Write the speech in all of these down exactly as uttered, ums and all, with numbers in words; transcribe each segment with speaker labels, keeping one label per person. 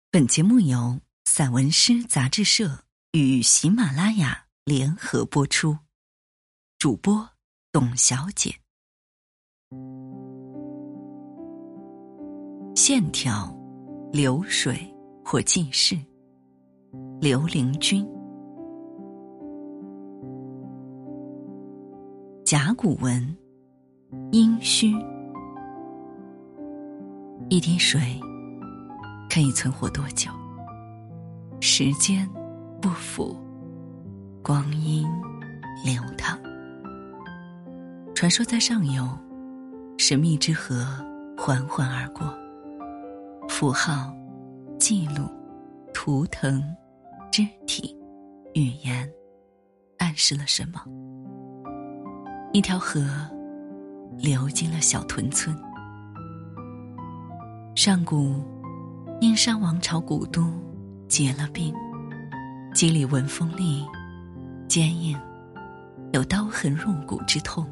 Speaker 1: 本节目由散文诗杂志社与喜马拉雅联合播出，主播董小姐。线条、流水或记事，刘玲君。甲骨文，殷墟。一滴水可以存活多久？时间不腐，光阴流淌。传说在上游，神秘之河缓缓而过，符号、记录、图腾、肢体、语言，暗示了什么？一条河流进了小屯村。上古殷商王朝古都结了冰，肌理纹锋利，坚硬，有刀痕入骨之痛。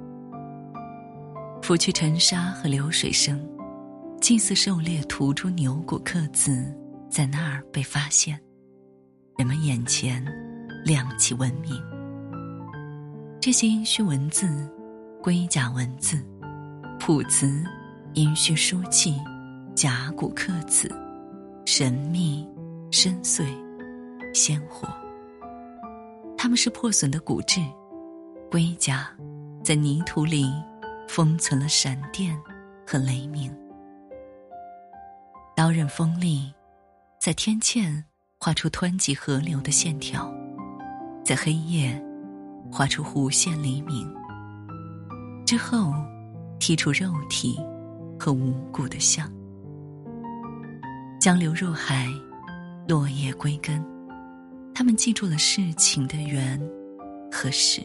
Speaker 1: 拂去尘沙和流水声，祭祀狩猎屠猪牛骨刻字在那儿被发现，人们眼前亮起文明。这些殷墟文字，龟甲文字，卜辞，殷墟书契，甲骨刻字，神秘、深邃、鲜活。它们是破损的骨质，龟甲在泥土里封存了闪电和雷鸣。刀刃锋利，在天堑画出湍急河流的线条，在黑夜画出弧线黎明，之后剔出肉体和无骨的像。江流入海，落叶归根，他们记住了事情的缘和始。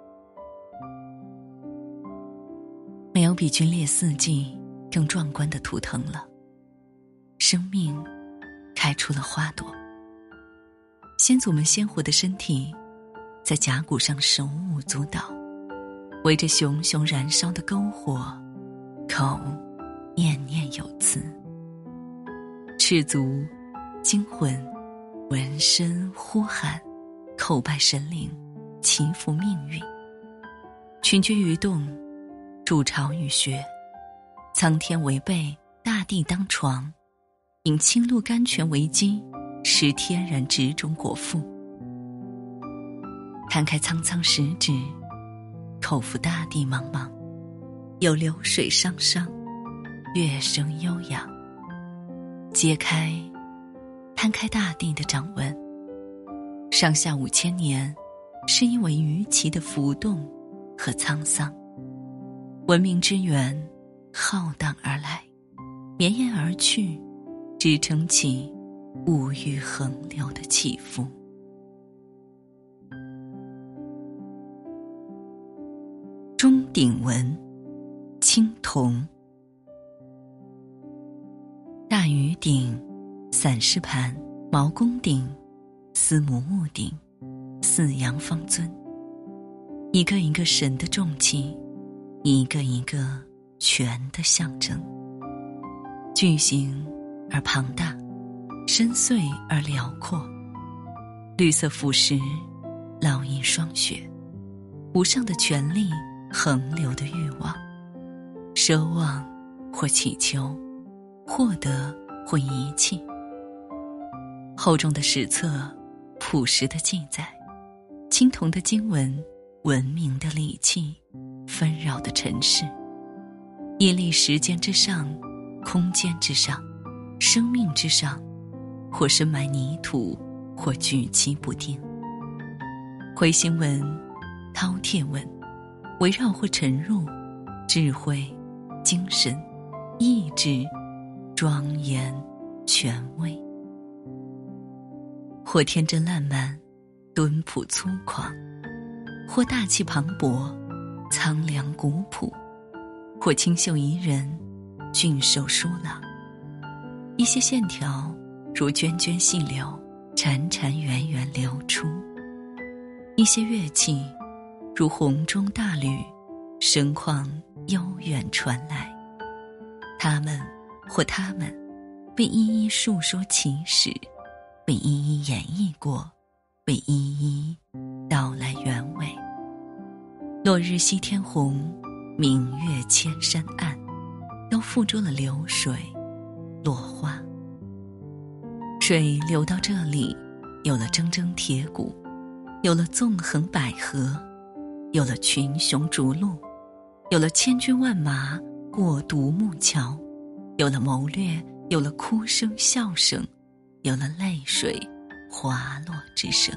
Speaker 1: 没有比军列四季更壮观的图腾了，生命开出了花朵。先祖们鲜活的身体在甲骨上手舞足蹈，围着熊熊燃烧的篝火，口念念有词。赤足、惊魂、纹身呼喊，叩拜神灵，祈福命运。群居于洞，筑巢于穴，苍天为被，大地当床，引青露甘泉为基，食天然植种果腹。摊开苍苍十指，口服大地茫茫，有流水汤汤，乐声悠扬。揭开，摊开大地的掌纹，上下五千年，是因为鱼鳍的浮动和沧桑。文明之源浩荡而来，绵延而去，支撑起物欲横流的起伏。钟鼎文，青铜。大鱼鼎、散氏盘、毛公鼎、司母木鼎、四羊方尊，一个一个神的重器，一个一个权的象征。巨型而庞大，深邃而辽阔，绿色腐蚀，烙印霜雪，无上的权力，横流的欲望，奢望或祈求，获得或遗弃。厚重的史册，朴实的记载，青铜的经文，文明的礼器，纷扰的尘世，屹立时间之上，空间之上，生命之上，或深埋泥土，或举棋不定。回形文、饕餮文，围绕或沉入，智慧、精神、意志、庄严、权威。或天真烂漫，敦朴粗犷，或大气磅礴，苍凉古朴，或清秀宜人，俊秀疏朗。一些线条如涓涓细流，潺潺源源流出；一些乐器如洪钟大吕，声况悠远传来。他们或他们被一一述说起始，被一一演绎过，被一一道来原委。落日西天红，明月千山暗，都付诸了流水落花。水流到这里，有了铮铮铁骨，有了纵横捭阖，有了群雄逐鹿，有了千军万马过独木桥，有了谋略，有了哭声笑声，有了泪水滑落之声。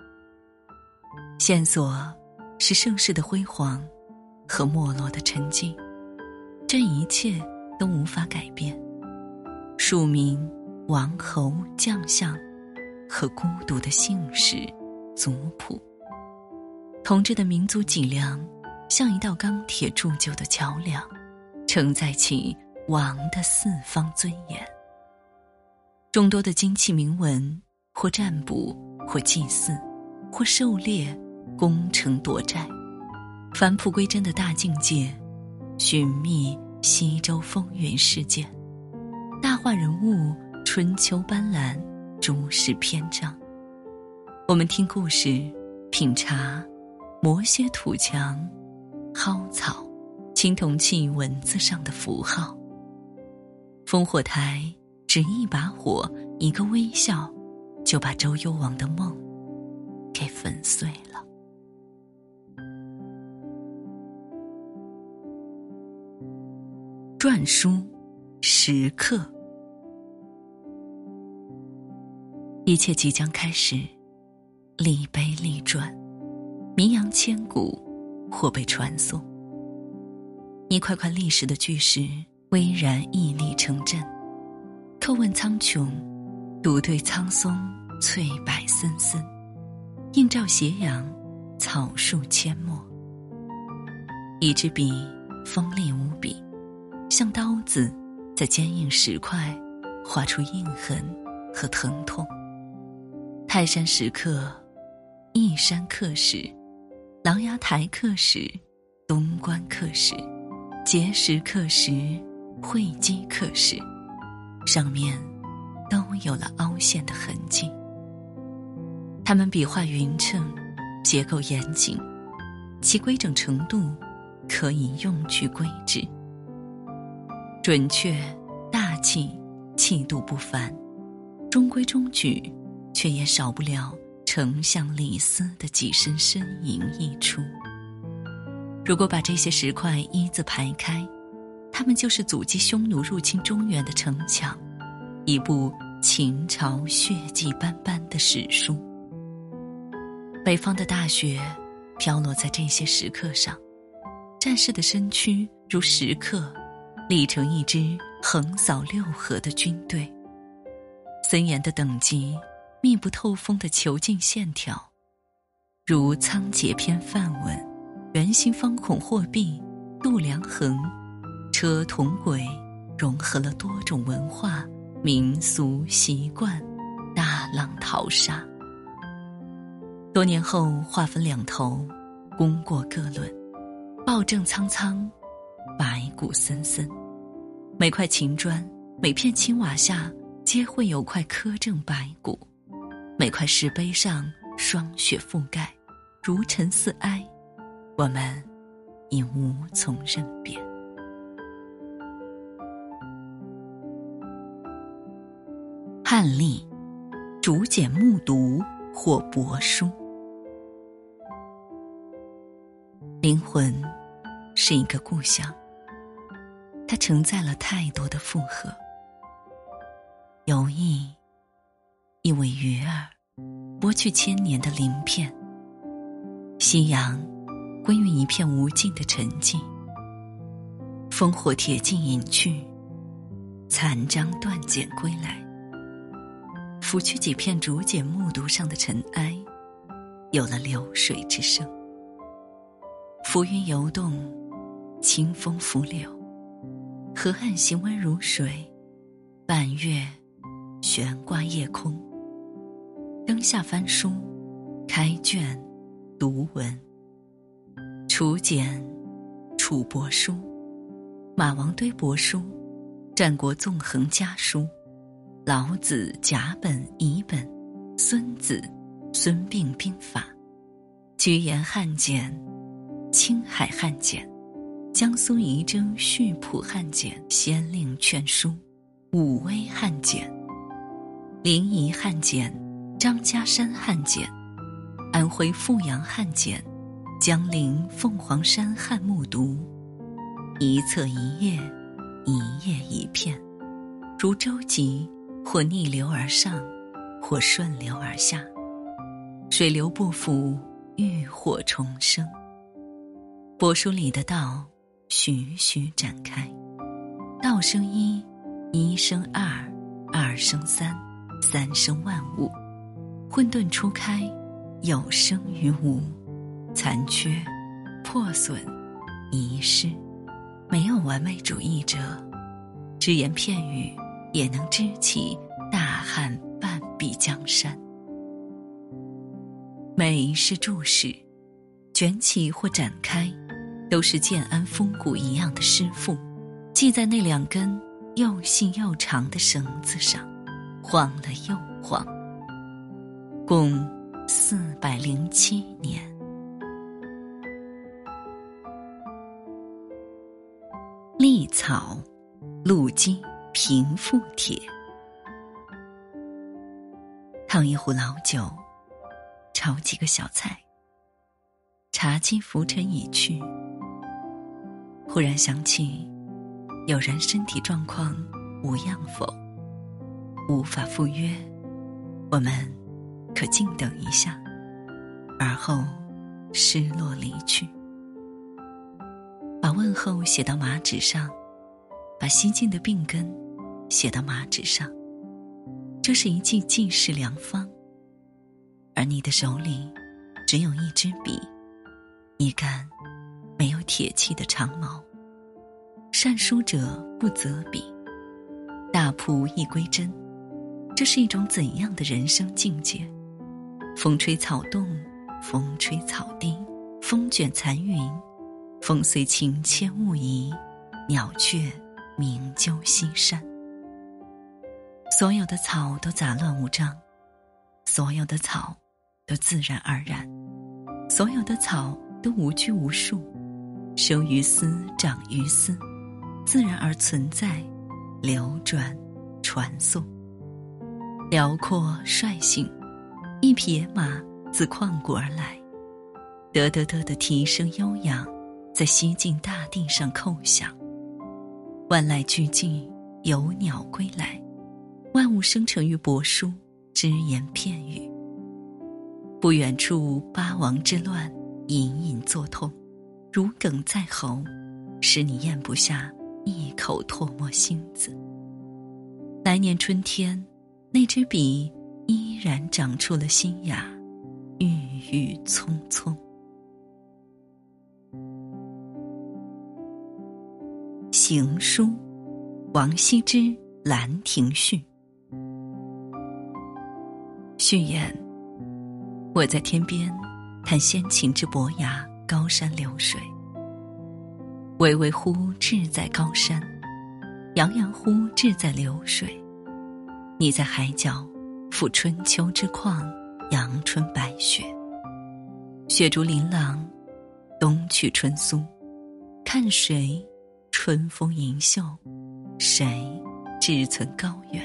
Speaker 1: 线索是盛世的辉煌和没落的沉寂，这一切都无法改变。庶民、王侯、将相和孤独的姓氏、族谱，统治的民族脊梁像一道钢铁铸就的桥梁，承载起王的四方尊严。众多的金器铭文，或占卜，或祭祀，或狩猎，攻城夺寨，返璞归真的大境界，寻觅西周风云事件，大话人物，春秋斑斓，诸事篇章。我们听故事，品茶，磨些土墙，蒿草，青铜器文字上的符号。烽火台只一把火，一个微笑，就把周幽王的梦给粉碎了。篆书时刻，一切即将开始，立碑立传，名扬千古，或被传颂。一块块历史的巨石巍然屹立成阵，叩问苍穹，独对苍松，翠柏森森，映照斜阳，草树阡陌。一支笔锋利无比，像刀子在坚硬石块划出印痕和疼痛。泰山石刻、义山刻石、琅琊台刻石、东关刻石、碣石刻石、会稽刻石，上面都有了凹陷的痕迹。它们笔画匀称，结构严谨，其规整程度可以用去归之。准确、大气、气度不凡，中规中矩，却也少不了丞相李斯的几身身影溢出。如果把这些石块一字排开，它们就是阻击匈奴入侵中原的城墙，一部秦朝血迹斑斑的史书。北方的大雪飘落在这些石刻上，战士的身躯如石刻，立成一支横扫六合的军队。森严的等级，密不透风的遒劲线条，如仓颉篇范文，圆形方孔货币，度量衡，车铜轨，融合了多种文化、民俗习惯，大浪淘沙。多年后划分两头，功过各论，暴政苍苍，白骨森森。每块秦砖，每片青瓦下，皆会有块苛政白骨，每块石碑上霜雪覆盖，如尘似埃，我们已无从认辨。汉隶竹简木牍或帛书。灵魂是一个故乡，它承载了太多的负荷。游弋，一尾鱼儿，剥去千年的鳞片。夕阳，归于一片无尽的沉寂。烽火铁骑隐去，残章断简归来。拂去几片竹简木牍上的尘埃，有了流水之声。浮云游动，清风拂柳，河岸行温如水，半月悬挂夜空。灯下翻书，开卷读文。楚简、楚帛书、马王堆帛书、战国纵横家书、 老子甲本乙本，孙子孙膑兵法，居延汉简，青海汉简，江苏仪征序谱汉简，先令劝书，武威汉简，临沂汉简，张家山汉简，安徽阜阳汉简，江陵凤凰山汉木牍，一册一页，一页一片，如舟楫，或逆流而上，或顺流而下，水流不腐，浴火重生。帛书里的道徐徐展开，道生一，一生二，二生三，三生万物，混沌初开，有生于无，残缺破损遗失，没有完美主义者，只言片语也能支起大汉半壁江山。美是注释，卷起或展开，都是建安风骨一样的诗赋，系在那两根又细又长的绳子上，晃了又晃，共四百零七年。隶草，陆机平复帖。烫一壶老酒，炒几个小菜，茶几浮尘已去，忽然想起有人身体状况无恙否，无法赴约，我们可静等一下，而后失落离去。把问候写到马纸上，把西晋的病根写到马纸上，这是一剂济世良方。而你的手里只有一支笔，一杆没有铁器的长矛。善书者不择笔，大仆亦归真。这是一种怎样的人生境界？风吹草动，风吹草低，风卷残云，风随情牵物移，鸟雀鸣啾西山。所有的草都杂乱无章，所有的草都自然而然，所有的草都无拘无束，生于斯，长于斯，自然而存在，流转传送。辽阔率性，一匹野马自旷古而来，得得得的蹄声悠扬，在西晋大地上叩响。万籁俱寂，有鸟归来，万物生成于帛书，只言片语。不远处八王之乱，隐隐作痛，如鲠在喉，使你咽不下一口唾沫星子。来年春天，那支笔依然长出了新芽，郁郁葱葱。行书，王羲之《兰亭序》。序言：我在天边看先秦之伯牙，高山流水。巍巍乎志在高山，洋洋乎志在流水。你在海角抚春秋之况，阳春白雪。雪竹琳琅，冬去春苏。看谁春风盈袖，谁志存高远。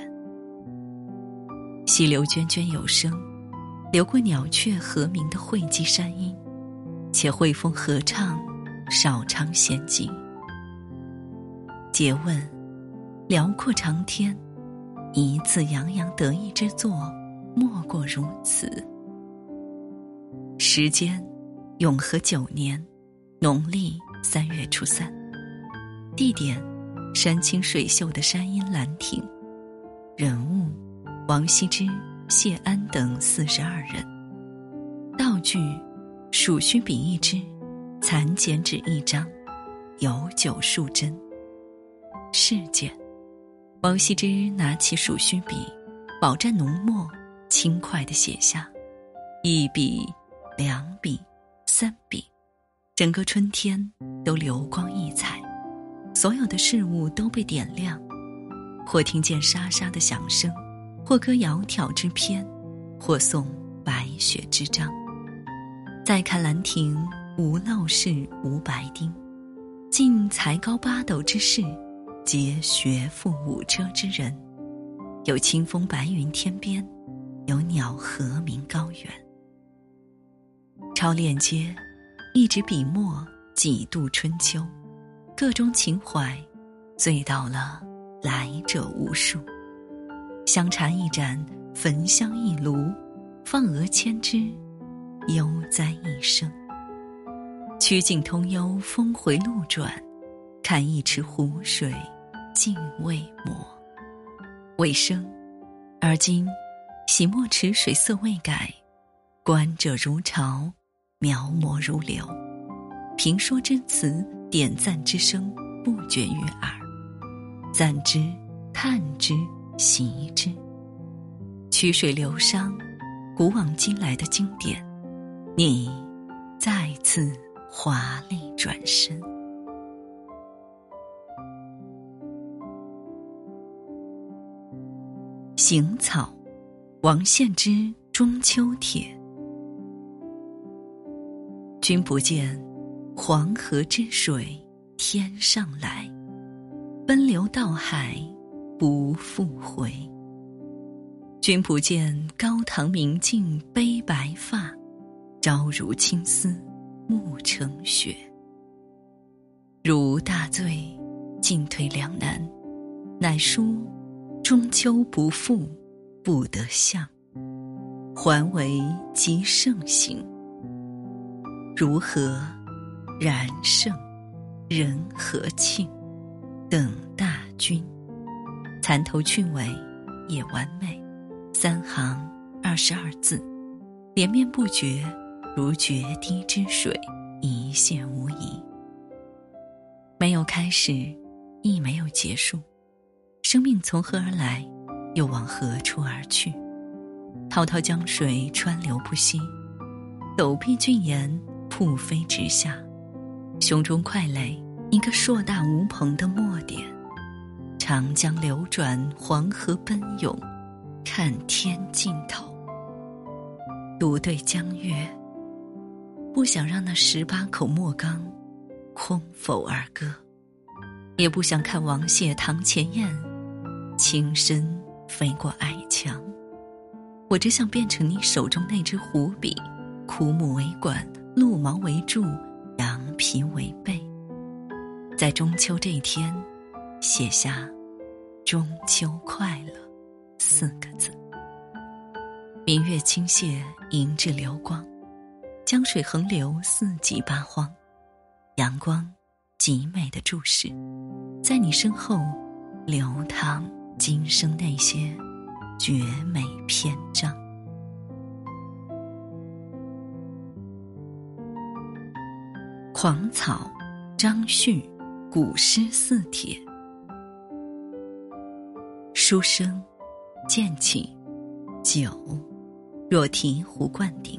Speaker 1: 溪流涓涓有声，流过鸟雀和鸣的惠稽山阴，且惠风和畅，少长闲寂。诘问：辽阔长天，一次洋洋得意之作，莫过如此。时间：永和九年，农历三月初三。地点：山清水秀的山阴兰亭。人物：王羲之、谢安等四十二人。道具：鼠须笔一支，蚕剪纸一张，有九数针。事件：王羲之拿起鼠须笔，饱蘸浓墨，轻快地写下一笔、两笔、三笔，整个春天都流光溢彩，所有的事物都被点亮，或听见沙沙的响声， 或歌窈窕之篇，或诵白雪之章。再看兰亭，无陋室，无白丁，尽才高八斗之士，皆学富五车之人。有清风白云天边，有鸟和鸣高原。超链接，一纸笔墨，几度春秋，各中情怀，醉到了来者无数。香茶一盏，焚香一炉，放鹅千只，悠哉一生。曲径通幽，峰回路转，看一池湖水，尽未磨。尾声，而今洗墨池水色未改，观者如潮，描摹如流。评说之词，点赞之声，不绝于耳。赞之，叹之，习之。曲水流觞，古往今来的经典，你再次华丽转身。行草，王献之《中秋帖》。君不见，黄河之水天上来，奔流到海不复回。君不见，高堂明镜悲白发，朝如青丝暮成雪。汝大醉，进退两难，乃书中秋不复，不得相，还为极盛行。如何然盛，人何庆？等大君。蚕头去尾也完美，三行二十二字，连绵不绝，如决堤之水，一泻无遗。没有开始，亦没有结束。生命从何而来，又往何处而去？滔滔江水川流不息，陡壁峻岩瀑飞直下。胸中快垒一个硕大无朋的墨点，长江流转，黄河奔涌，看天尽头。独对江月，不想让那十八口墨缸空否而歌，也不想看王谢堂前燕轻身飞过矮墙。我只想变成你手中那支湖笔，枯木为管，鹿毛为柱，羊皮为被。在中秋这一天，写下中秋快乐四个字。明月倾泻，银质流光，江水横流，四季八荒。阳光极美的注视，在你身后流淌今生那些绝美篇章。狂草，张旭，古诗四帖。书生，剑起，酒，若醍醐灌顶。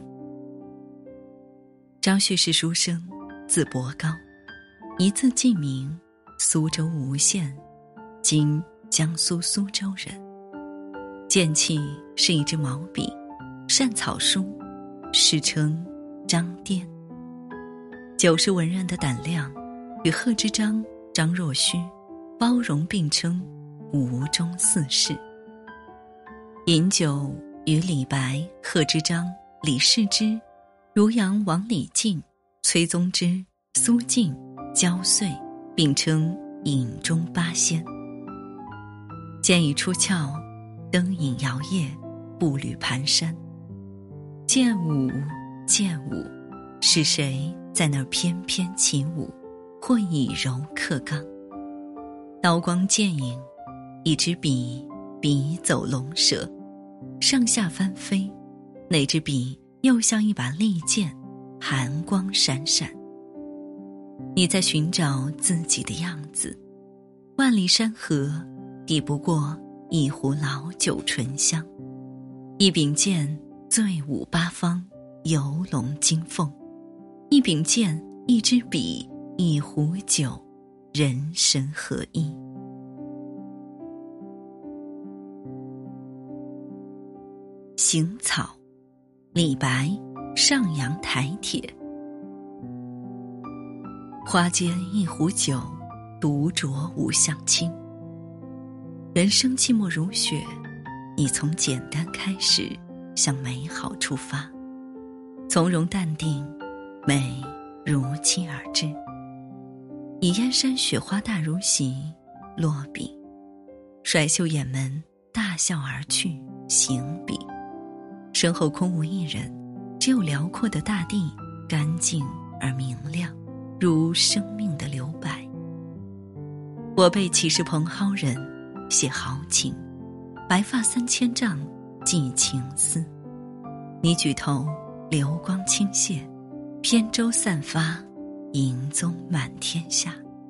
Speaker 1: 张旭是书生，字伯高，一字记名，苏州吴县，今江苏苏州人。剑气是一支毛笔，善草书，世称张颠。酒是文人的胆量，与贺知章、张若虚、包容并称吴中四士。饮酒与李白、贺知章、李世之、汝阳王李靖、崔宗之、苏晋、焦遂并称饮中八仙。剑已出鞘，灯影摇曳，步履蹒跚。剑舞，剑舞，是谁在那儿翩翩起舞，或以柔克刚？刀光剑影，一支笔，笔走龙蛇，上下翻飞，那支笔又像一把利剑，寒光闪闪。你在寻找自己的样子，万里山河抵不过一壶老酒醇香。一柄剑，醉舞八方，游龙金凤。一柄剑，一支笔，一壶酒，人神合一。 行草，李白，上阳台帖。花间一壶酒，独酌无相亲。人生寂寞如雪，你从简单开始，向美好出发，从容淡定，美如期而至。以燕山雪花大如席，落笔，甩袖掩门，大笑而去，行笔。身后空无一人，只有辽阔的大地，干净而明亮，如生命的留白。我辈岂是蓬蒿人，写豪情，白发三千丈，寄情思。你举头，流光倾泻，扁舟散发，银踪满天下。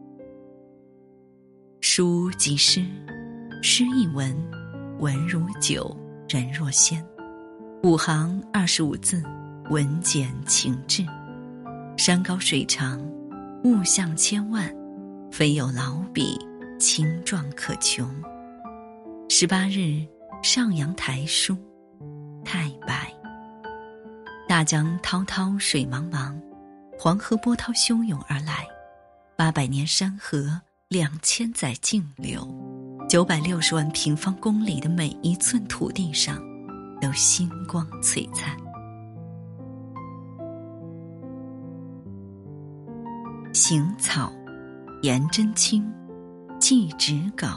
Speaker 1: 书即诗，诗亦文，文如酒，人若仙。五行二十五字，文简情致。山高水长，物象千万，非有老笔，清壮可穷。十八日，上阳台书，太白。大江滔滔水茫茫，黄河波涛汹涌而来。八百年山河，两千载径流，九百六十万平方公里的每一寸土地上，都星光璀璨。行草，颜真卿，祭侄稿。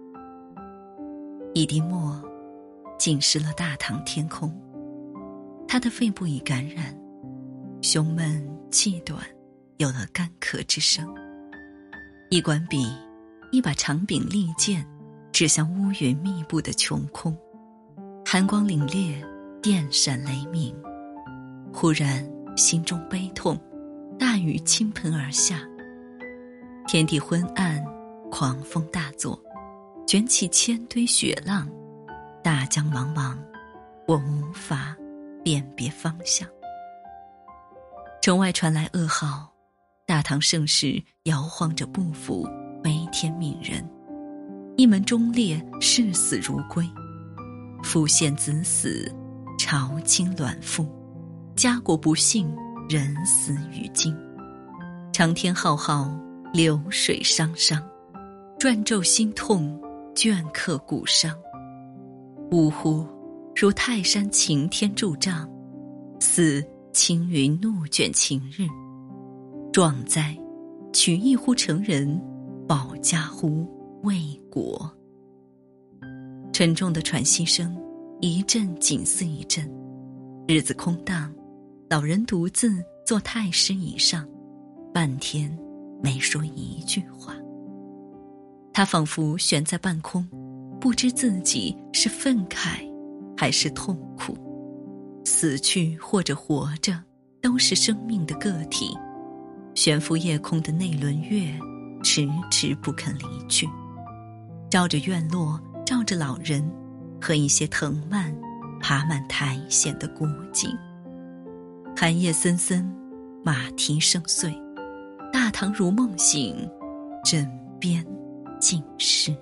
Speaker 1: 一滴墨浸湿了大唐天空，他的肺部已感染，胸闷气短，有了干咳之声。一管笔，一把长柄利剑，指向乌云密布的穹空。寒光凛冽，电闪雷鸣。忽然心中悲痛，大雨倾盆而下。天地昏暗，狂风大作，卷起千堆雪浪。大江茫茫，我无法辨别方向。城外传来噩耗，大唐盛世摇晃着步幅，悲天悯人。一门忠烈，视死如归。父献子死，朝倾卵覆。家国不幸，人死于京。长天浩浩，流水汤汤。转骤心痛，镌刻骨伤。呜呼，如泰山擎天柱杖，似青云怒卷晴日。壮哉，取义乎成仁，保家乎卫国。沉重的喘息声，一阵紧似一阵。日子空荡，老人独自坐太师椅上，半天没说一句话。他仿佛悬在半空，不知自己是愤慨还是痛苦。死去或者活着，都是生命的个体。悬浮夜空的那轮月，迟迟不肯离去，照着院落，照着老人和一些藤蔓爬满苔藓的古井。寒夜森森，马蹄声碎，大唐如梦醒，枕边尽是。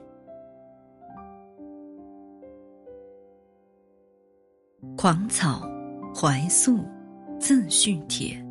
Speaker 1: 狂草，怀素，自叙帖。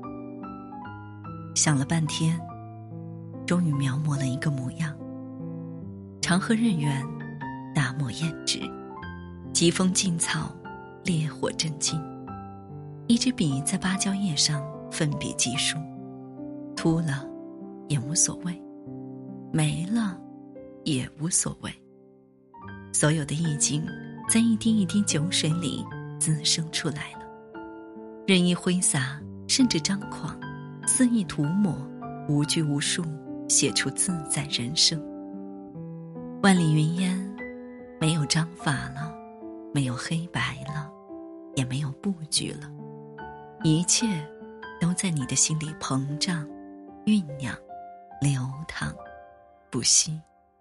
Speaker 1: 想了半天，终于描摹了一个模样。长河日圆，大漠胭脂，疾风劲草，烈火震金。一支笔在芭蕉叶上奋笔疾书，秃了也无所谓，没了也无所谓。所有的意境在一滴一滴酒水里滋生出来了，任意挥洒，甚至张狂，肆意涂抹，无拘无束，写出自在人生。万里云烟，没有章法了，没有黑白了，也没有布局了，一切都在你的心里膨胀、酝酿、流淌，不息。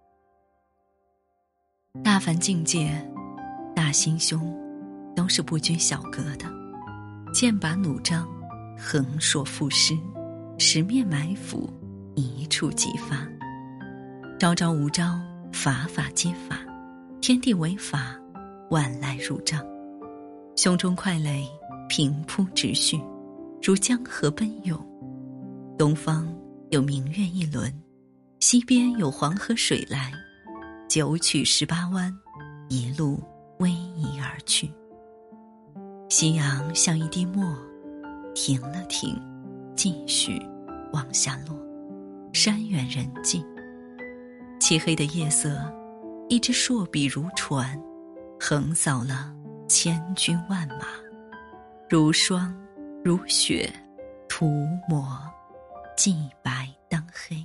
Speaker 1: 大凡境界，大心胸，都是不拘小格的，剑拔弩张，横槊赋诗，十面埋伏，一触即发。朝朝无朝，法法皆法，天地为法，万籁入帐。 胸中快垒平铺直叙，如江河奔涌。东方有明月一轮，西边有黄河水来，九曲十八弯，一路逶迤而去。夕阳像一滴墨，停了停，继续往下落。山远人静，漆黑的夜色，一支硕笔如船，横扫了千军万马，如霜如雪，涂抹既白当黑。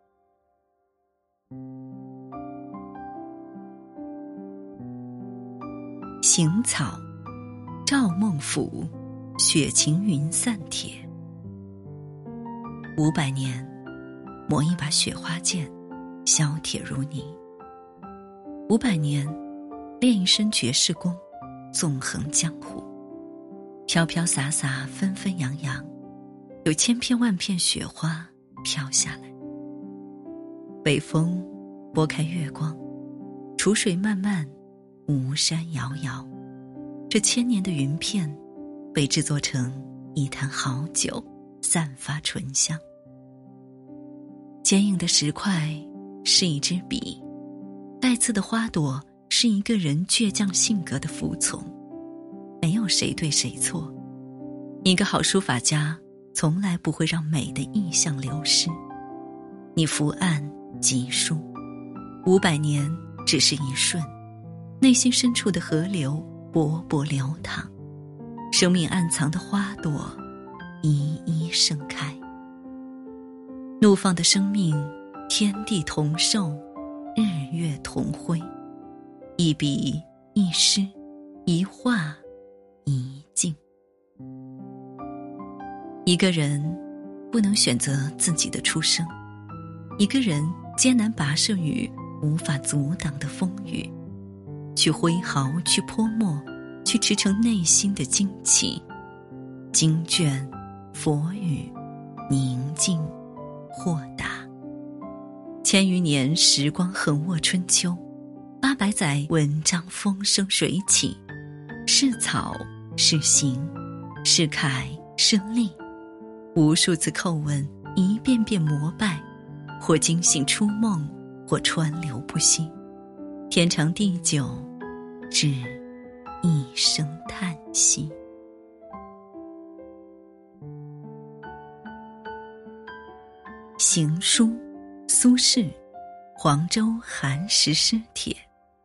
Speaker 1: 行草，赵孟俯，雪晴云散帖。五百年，磨一把雪花剑，削铁如泥。五百年，练一身绝世功，纵横江湖。飘飘洒洒，纷纷扬扬，有千片万片雪花飘下来。北风拨开月光，楚水漫漫，巫山遥遥。这千年的云片被制作成一坛好酒，散发醇香。坚硬的石块是一支笔，带刺的花朵是一个人倔强性格的服从。没有谁对谁错，一个好书法家从来不会让美的意象流失。你伏案疾书，五百年只是一瞬，内心深处的河流勃勃流淌，生命暗藏的花朵一一盛开。怒放的生命，天地同寿，日月同辉。一笔一诗，一画一静。一个人不能选择自己的出生，一个人艰难跋涉于无法阻挡的风雨，去挥毫，去泼墨，去驰骋内心的惊奇。经卷、佛语、宁静、豁达。千余年时光横卧春秋，八百载文章风生水起。是草，是行，是楷，是隶。无数次叩问，一遍遍膜拜，或惊醒初梦，或川流不息。天长地久，至一声叹息。行书，苏轼，黄州寒食诗帖。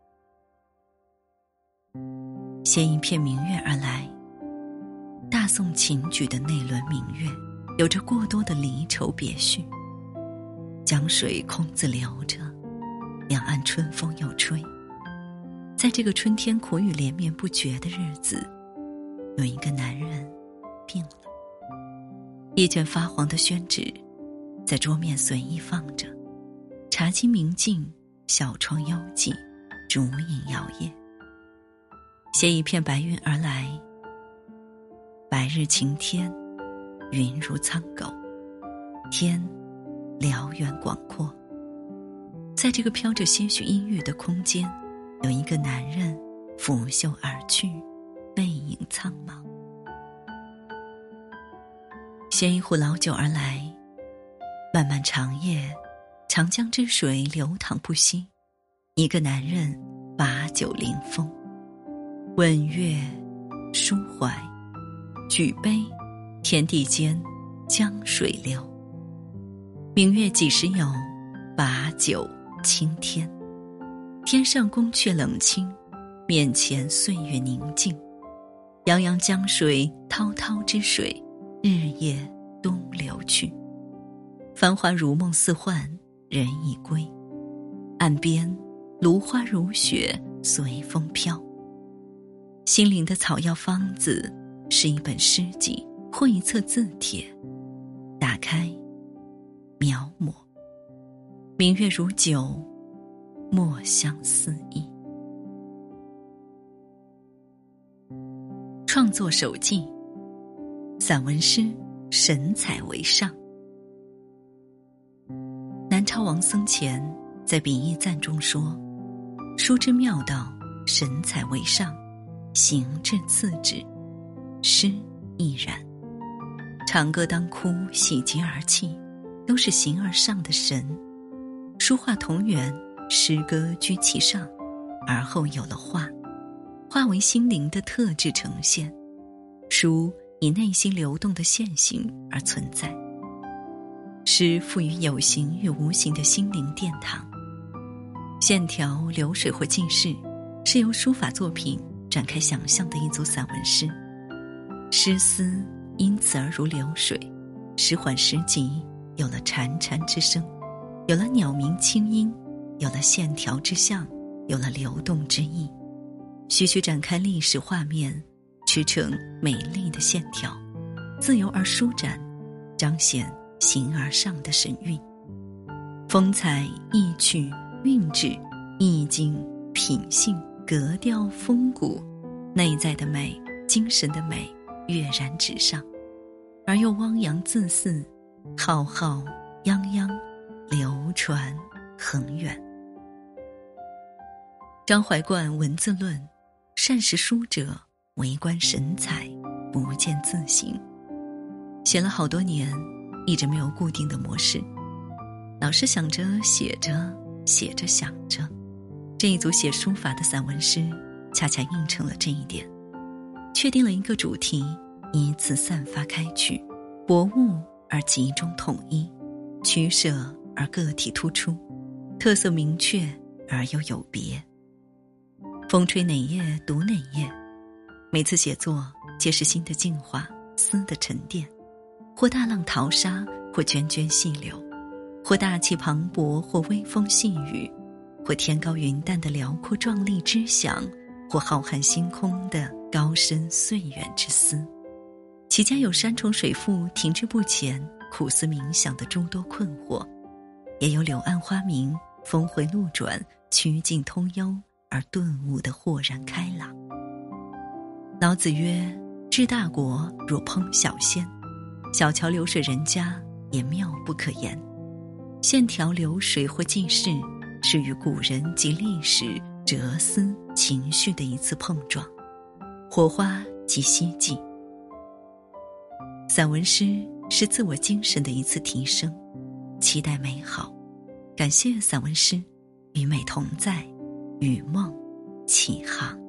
Speaker 1: 携一片明月而来，大宋秦举的那轮明月，有着过多的离愁别绪。江水空自流着，两岸春风又吹。在这个春天苦雨连绵不绝的日子，有一个男人病了。一卷发黄的宣纸在桌面随意放着，茶几明净，小窗幽寂，烛影摇曳。携一片白云而来，白日晴天，云如苍狗，天辽远广阔。在这个飘着些许阴郁的空间，有一个男人拂袖而去，背影苍茫。携一壶老酒而来，漫漫长夜，长江之水流淌不息。一个男人把酒临风，问月抒怀，举杯，天地间江水流。明月几时有，把酒倾天。天上宫阙冷清，面前岁月宁静。洋洋江水，滔滔之水，日夜东流去。繁华如梦似幻，人已归。岸边芦花如雪，随风飘。心灵的草药方子是一本诗集或一册字帖，打开描摹。明月如酒，墨香四溢。创作手记，散文诗神采为上。南朝王僧虔在笔意赞中说：书之妙道，神采为上， 行至次之，诗亦然。长歌当哭，喜极而泣，都是形而上的神。书画同源，诗歌居其上，而后有了画。画为心灵的特质呈现，书以内心流动的现形而存在。诗赋予有形与无形的心灵殿堂。线条、流水或记事，是由书法作品展开想象的一组散文诗。诗思因此而如流水，时缓时急，有了潺潺之声，有了鸟鸣清音，有了线条之象，有了流动之意。徐徐展开历史画面，驰骋美丽的线条，自由而舒展，彰显形而上的神韵。风采、意趣、韵致、意境、品性、格调、风骨，内在的美、精神的美跃然纸上，而又汪洋恣肆，浩浩泱泱，流传恒远。张怀灌文字论：善识书者，为观神采，不见自行。写了好多年，一直没有固定的模式，老是想着写着写着想着。这一组写书法的散文诗恰恰映成了这一点，确定了一个主题，依次散发开去，博物而集中统一，取舍而个体突出，特色明确而又有别。风吹哪页读哪页，每次写作皆是心的净化，思的沉淀，或大浪淘沙，或涓涓细流，或大气磅礴，或微风细雨，或天高云淡的辽阔壮丽之想，或浩瀚星空的高深岁远之思。其间有山重水复，停滞不前，苦思冥想的诸多困惑，也有柳暗花明，峰回路转，曲径通幽而顿悟的豁然开朗。老子曰：治大国若烹小鲜，小桥流水人家也妙不可言。线条、流水或记事，是与古人及历史、哲思、情绪的一次碰撞，火花及希冀。散文诗是自我精神的一次提升，期待美好，感谢散文诗，与美同在，与梦起航。